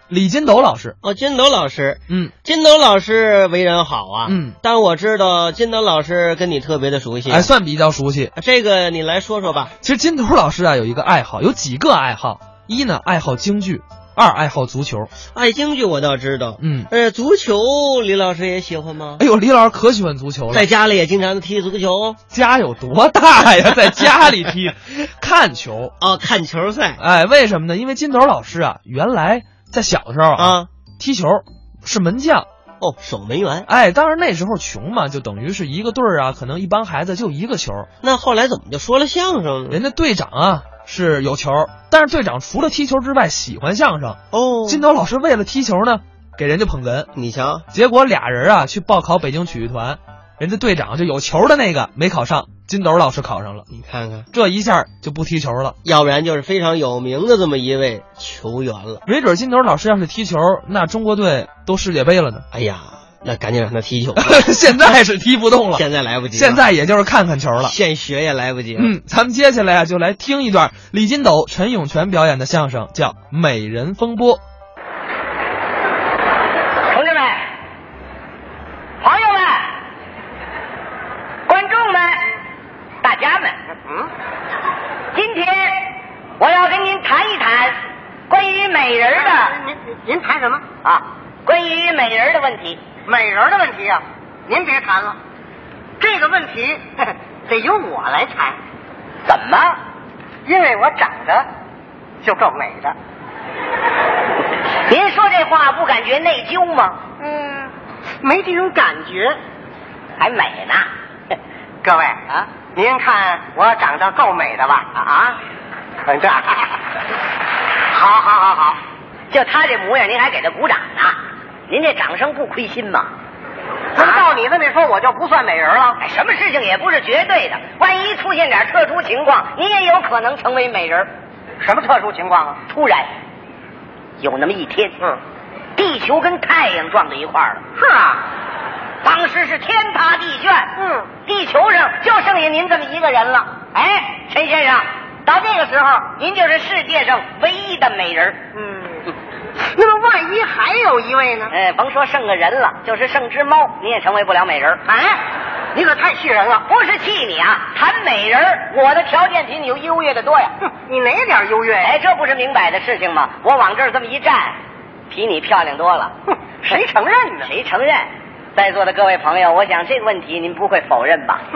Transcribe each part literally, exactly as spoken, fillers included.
李金斗老师。 哦，金斗老师， 嗯， 金斗老师为人好啊， 嗯， 但我知道金斗老师跟你特别的熟悉、啊， 哎，算比较熟悉。 这个你来说说吧。 其实金斗老师啊有一个爱好，有几个爱好：一呢爱好京剧，二爱好足球。 爱京剧我倒知道， 嗯， 呃，足球李老师也喜欢吗？ 哎呦，李老师可喜欢足球了， 在家里也经常踢足球。 家有多大呀？在家里踢，看球哦，看球赛。 哎，为什么呢？因为金斗老师啊，原来在小的时候啊， 啊踢球是门将。 哦，守门员。 哎，当然那时候穷嘛，就等于是一个队儿啊，可能一帮孩子就一个球。 那后来怎么就说了相声呢？ 人家队长啊是有球，但是队长除了踢球之外喜欢相声。 哦， 金斗老师为了踢球呢，给人家捧哏。 你瞧， 结果俩人啊去报考北京曲艺团，人家队长就有球的那个没考上，金斗老师考上了。 你看看， 这一下就不踢球了， 要不然就是非常有名的这么一位球员了。 没准金斗老师要是踢球，那中国队都世界杯了呢。 哎呀，那赶紧让他踢球。 现在是踢不动了， 现在来不及了， 现在也就是看看球了， 现学也来不及了。 嗯，咱们接下来啊就来听一段李金斗、陈永泉表演的相声，叫《美人风波》。 同志们、朋友们、观众们、大家们，嗯，今天我要跟您谈一谈关于美人的。 您您谈什么啊？关于美人的问题。 美人的问题啊，您别谈了，这个问题呵呵得由我来谈。 怎么？ 因为我长得就够美的。 您说这话不感觉内疚吗？ 嗯，没这种感觉， 还美呢。 各位啊， 您看我长得够美的吧？ 啊， 这样，好好好好， 就他这模样，您还给他鼓掌呢？您这掌声不亏心吗？ 那么照你这么说，我就不算美人了？ 哎，什么事情也不是绝对的，万一出现点特殊情况，您也有可能成为美人。 什么特殊情况啊？ 突然有那么一天， 嗯， 地球跟太阳撞到一块儿了。 是啊， 当时是天塌地陷， 嗯， 地球上就剩下您这么一个人了。哎，陈先生，到这个时候，您就是世界上唯一的美人。 嗯。那么万一还有一位呢？ 哎，甭说剩个人了，就是剩只猫，你也成为不了美人。 哎，你可太气人了！ 不是气你啊，谈美人，我的条件比你优越的多呀。 哼，你哪点优越呀？ 哎，这不是明摆的事情吗？我往这儿这么一站，比你漂亮多了。 哼，谁承认呢？ 谁承认？在座的各位朋友，我想这个问题您不会否认吧？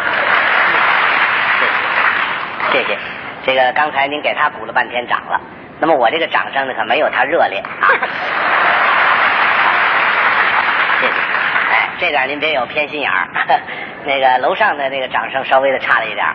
谢谢，谢谢。这个刚才您给他鼓了半天掌了。那么我这个掌声呢，可没有他热烈啊！谢谢，哎，这点您别有偏心眼儿。那个楼上的那个掌声稍微的差了一点。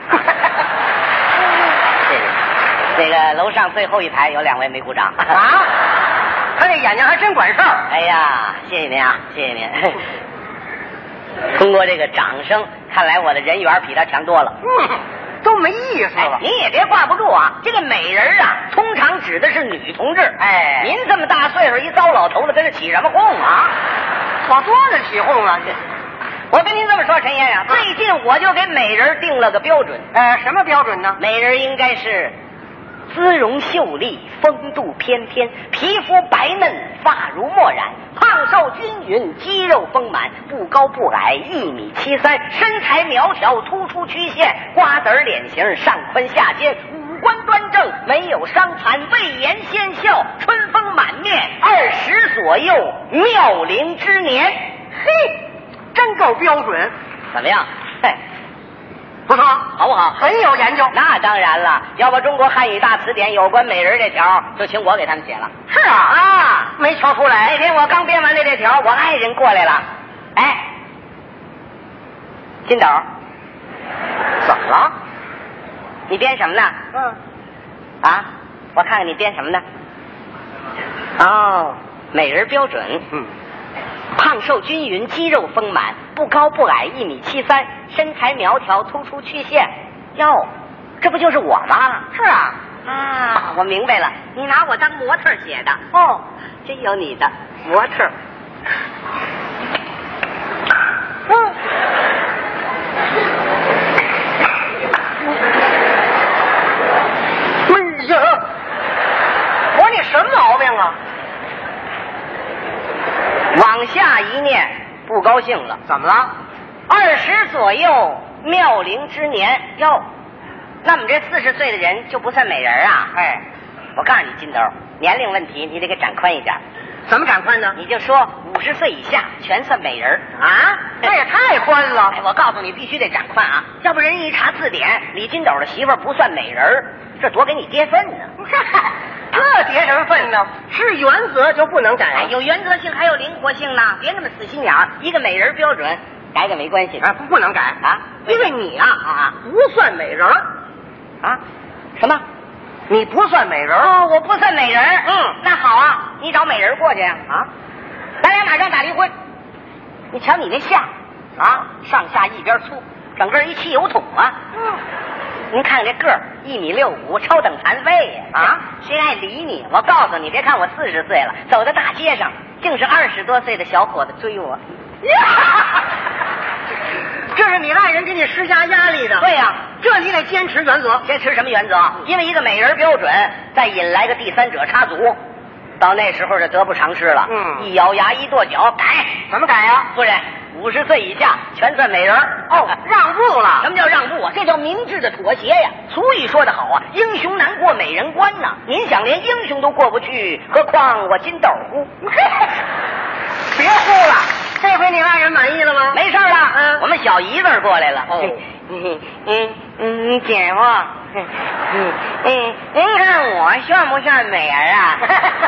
谢谢。那个楼上最后一排有两位没鼓掌啊，他这眼睛还真管事儿。 哎呀，谢谢您啊，谢谢您。通过这个掌声，看来我的人缘比他强多了。 嗯。都没意思了。 哎，您也别挂不住啊！这个美人啊，通常指的是女同志。 哎， 您这么大岁数，一糟老头子，跟着起什么哄啊？ 我多了起哄了。 我跟您这么说，陈先生，最近我就给美人定了个标准。 呃，什么标准呢？ 美人应该是姿容秀丽，风度翩翩，皮肤白嫩，发如墨染，胖瘦均匀，肌肉丰满，不高不矮，一米七三，身材苗条，突出曲线，瓜子脸型，上宽下尖，五官端正，没有伤残，未颜先笑，春风满面，二十左右，妙龄之年。 嘿，真够标准。 怎么样？嘿， 不错， 好不好？ 很有研究。 那当然了，要不中国汉语大词典有关美人这条，就请我给他们写了。 是啊， 啊， 没瞧出来。 那天我刚编完的这条，我爱人过来了。哎，金斗， 怎么了？ 你编什么呢？ 嗯。 啊，我看看你编什么呢？哦，美人标准。 嗯。 胖瘦均匀，肌肉丰满，不高不矮，一米七三，身材苗条，突出曲线。哟，这不就是我吗？ 是啊。 啊，我明白了，你拿我当模特写的。 哦， 真有你的模特。 嗯。哎呀，我说你什么毛病啊？ 往下一念，不高兴了。 怎么了？ 二十左右，妙龄之年哟。那么这四十岁的人就不算美人啊？ 哎， 我告诉你，金斗，年龄问题你得给展宽一点。 怎么展宽呢？ 你就说五十岁以下全算美人啊？这也太宽了。 哎，我告诉你，必须得展宽啊，要不人一查字典，李金斗的媳妇儿不算美人，这多给你跌份呢。 这跌什么份呢？是原则就不能改、啊哎，有原则性还有灵活性呢，别那么死心眼儿。一个美人标准，改改没关系啊，不不能改啊， 因为你啊啊不算美人啊，什么？ 你不算美人哦，我不算美人。 嗯， 那好啊，你找美人过去啊啊，咱俩马上打离婚。你瞧你那相啊，上下一边粗，整个一汽油桶啊。嗯，您看这个儿一米六五，超等残废呀！啊，谁爱理你？我告诉你，别看我四十岁了，走在大街上，竟是二十多岁的小伙子追我。 这是你爱人给你施加压力的。 对呀、啊， 这你得坚持原则。 坚持什么原则？因为一个美人标准，再引来个第三者插足，到那时候就得不偿失了。 嗯， 一咬牙一跺脚，改。 怎么改呀、啊？ 夫人，五十岁以下全算美人。 哦，让步了。 什么叫让步啊？这叫明智的妥协呀。俗语说得好啊，英雄难过美人关呐。您想连英雄都过不去，何况我金斗乎？ 别哭了。这回你爱人满意了吗？ 没事了， 嗯， 我们小姨子过来了。 哦， 嗯嗯嗯，姐夫，嗯嗯，您看我算不算美人啊？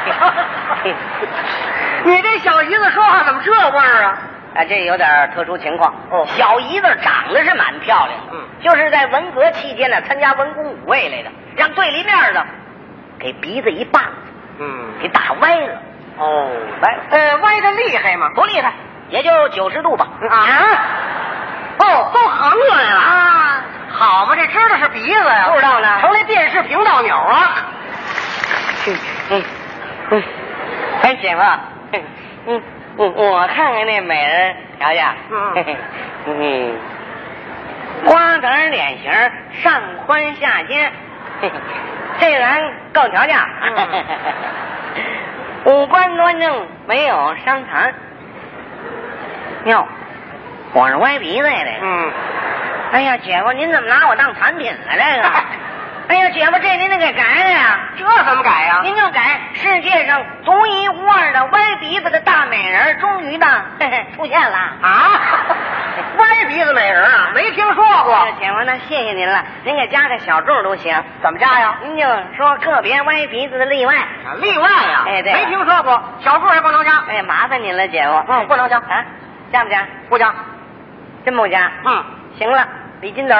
你这小姨子说话怎么这味儿啊？ 啊，这有点特殊情况。 哦， 小姨子长得是蛮漂亮的， 嗯， 就是在文革期间呢，参加文工五位来的，让对立面的给鼻子一棒子， 嗯， 给打歪了。 哦， 歪了， 呃，歪的厉害吗？ 不厉害。也就九十度吧。 啊！哦，都横过来了啊！ 好嘛，这知道是鼻子呀？ 不知道呢， 成那电视频道钮啊！ 嗯嗯嗯，哎，姐夫，嗯嗯，我看看那美人条件， 嗯嗯，瓜子脸型，上宽下尖，这人够条件。 嗯、 五官端正，没有伤残。哟，我是歪鼻子呀，这个。 嗯。 哎呀，姐夫，您怎么拿我当产品了？这个。哎呀，姐夫，这您得给改改呀。 这怎么改呀？ 您就改世界上独一无二的歪鼻子的大美人，终于呢嘿嘿出现了啊！歪鼻子美人啊，没听说过。 姐夫，那谢谢您了，您给加个小注都行。 怎么加呀？ 您就说个别歪鼻子的例外。 啊，例外呀？ 哎，对， 没听说过，小注也不能加。 哎，麻烦您了，姐夫。 嗯，不能加啊。加不加？ 不加， 真不加。 嗯， 行了，李金斗，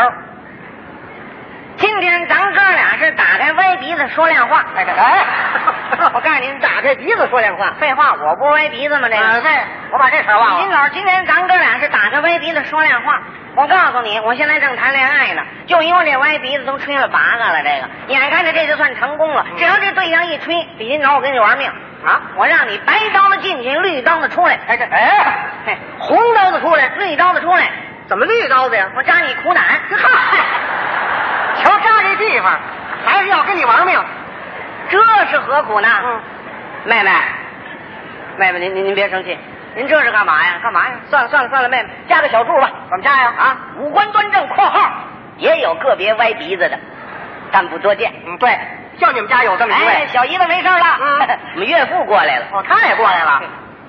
今天咱哥俩是打开歪鼻子说亮话。 哎哎， 我告诉您， 打开鼻子说亮话。 废话，我不是歪鼻子吗？这个， 啊，对，我把这事儿忘了。 李金斗，今天咱哥俩是打开歪鼻子说亮话。我告诉你，我现在正谈恋爱呢，就因为这歪鼻子都吹了八个了。这个，眼看着这就算成功了。只要这对象一吹，李金斗，我跟你玩命。啊！我让你白刀子进去，绿刀子出来。 哎这哎， 嘿，红刀子出来，绿刀子出来。 怎么绿刀子呀？ 我扎你苦胆。 嗨，瞧扎这地方，还是要跟你玩命。 这是何苦呢？ 嗯， 妹妹，妹妹，您您您别生气，您这是干嘛呀？干嘛呀？算了算了算了，妹妹，加个小注吧。 怎么加呀？ 啊，五官端正（括号也有个别歪鼻子的，但不多见）。 嗯，对。就你们家有这么一位， 哎，小姨子没事了。嗯，我们岳父过来了。 哦，他也过来了。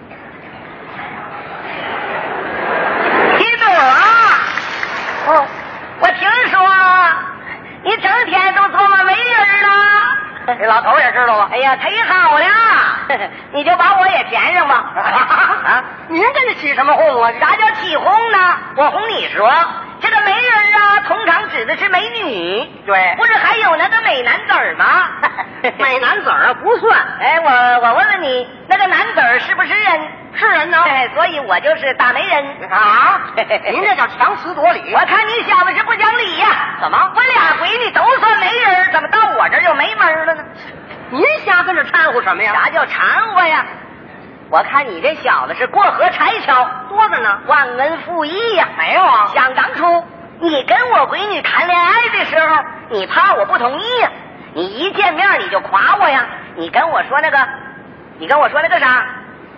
金斗啊！哦，我听说你整天都琢磨媒人了。 这老头也知道了。 哎呀，忒好了，你就把我也填上吧。 啊，您这是起什么哄啊？ 啥叫起哄呢？我哄你说。这个媒人啊，通常指的是美女， 对， 不是还有那个美男子儿吗？ 美男子儿啊不算。 哎，我我问问你，那个男子儿是不是人？ 是人呢。 哎，所以我就是大媒人啊。您这叫强词夺理。 我看你小子是不讲理呀、啊！ 怎么？ 我俩闺女都算媒人，怎么到我这儿就没门了呢？ 您瞎跟这掺和什么呀？ 啥叫掺和呀？我看你这小子是过河拆桥， 多的呢， 忘恩负义呀！ 没有啊， 想当初你跟我闺女谈恋爱的时候，你怕我不同意呀？你一见面你就夸我呀？你跟我说那个，你跟我说那个啥？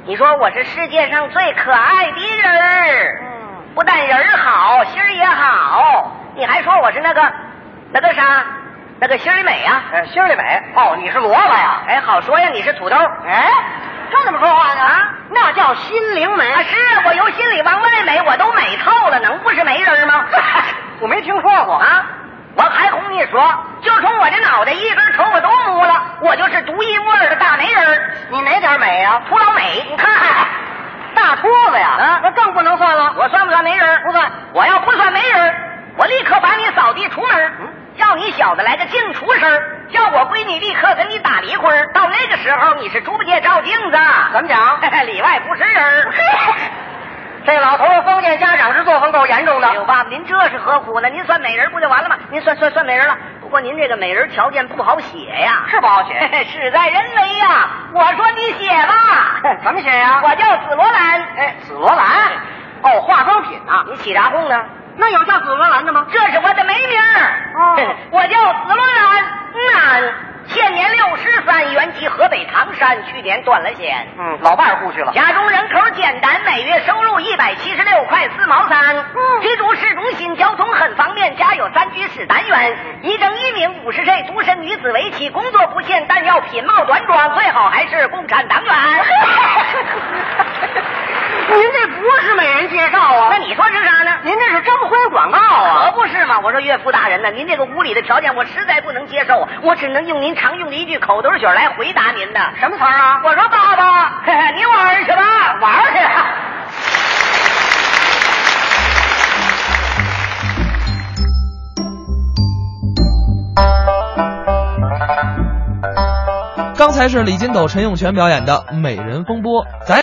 你说我是世界上最可爱的人儿， 嗯， 不但人儿好，心儿也好。你还说我是那个那个啥，那个心里美啊？ 呃，心里美。哦，你是萝卜呀？ 哎，好说呀，你是土豆。 哎，这怎么说话呢？ 啊， 那叫心灵美。 啊，是啊，我由心里往外美，我都美透了，能不是媒人吗？ 我没听说过啊。我还哄你说，就冲我这脑袋一根头发都木了，我就是独一无二的大媒人。 你哪点美啊？ 秃老美，你看， 大秃子呀？ 啊， 那更不能算了。 我算不算媒人？ 不算。 我要不算媒人，我立刻把你扫地出门， 嗯， 叫你小子来个净出声，叫我闺女立刻跟你打离婚。到那个时候，你是猪八戒照镜子， 怎么讲？ 里外不是人。 这老头子封建家长式作风够严重的。 哎呦，爸爸，您这是何苦呢？您算美人不就完了吗？您算算算美人了。不过您这个美人条件不好写呀， 是不好写， 事在人为呀。我说你写吧。 怎么写呀？ 我叫紫罗兰。 哎，紫罗兰。哦，化妆品啊。 你起啥哄呢？ 那有叫紫罗兰的吗？ 这是我的美名。 哦， 我叫紫罗兰。嗯，现年六十三，原籍河北唐山，去年断了弦。 嗯，老伴儿故去了。 家中人口简单，每月收入一百七十六块四毛三。嗯，居住市中心，交通很方便，家有三居室单元，一正一名，五十岁，独身女子为妻，工作不限，但要品貌端庄，最好还是共产党员。 您这不是美人介绍啊？ 那你说是啥呢？ 您这是征婚广告啊？ 可不是嘛！我说岳父大人呢，您这个无理的条件我实在不能接受，我只能用您常用的一句口头语来回答您的。 什么词儿啊？ 我说爸爸，嘿嘿，你玩去吧，玩去。 刚才是李金斗、陈永泉表演的《美人风波》，咱。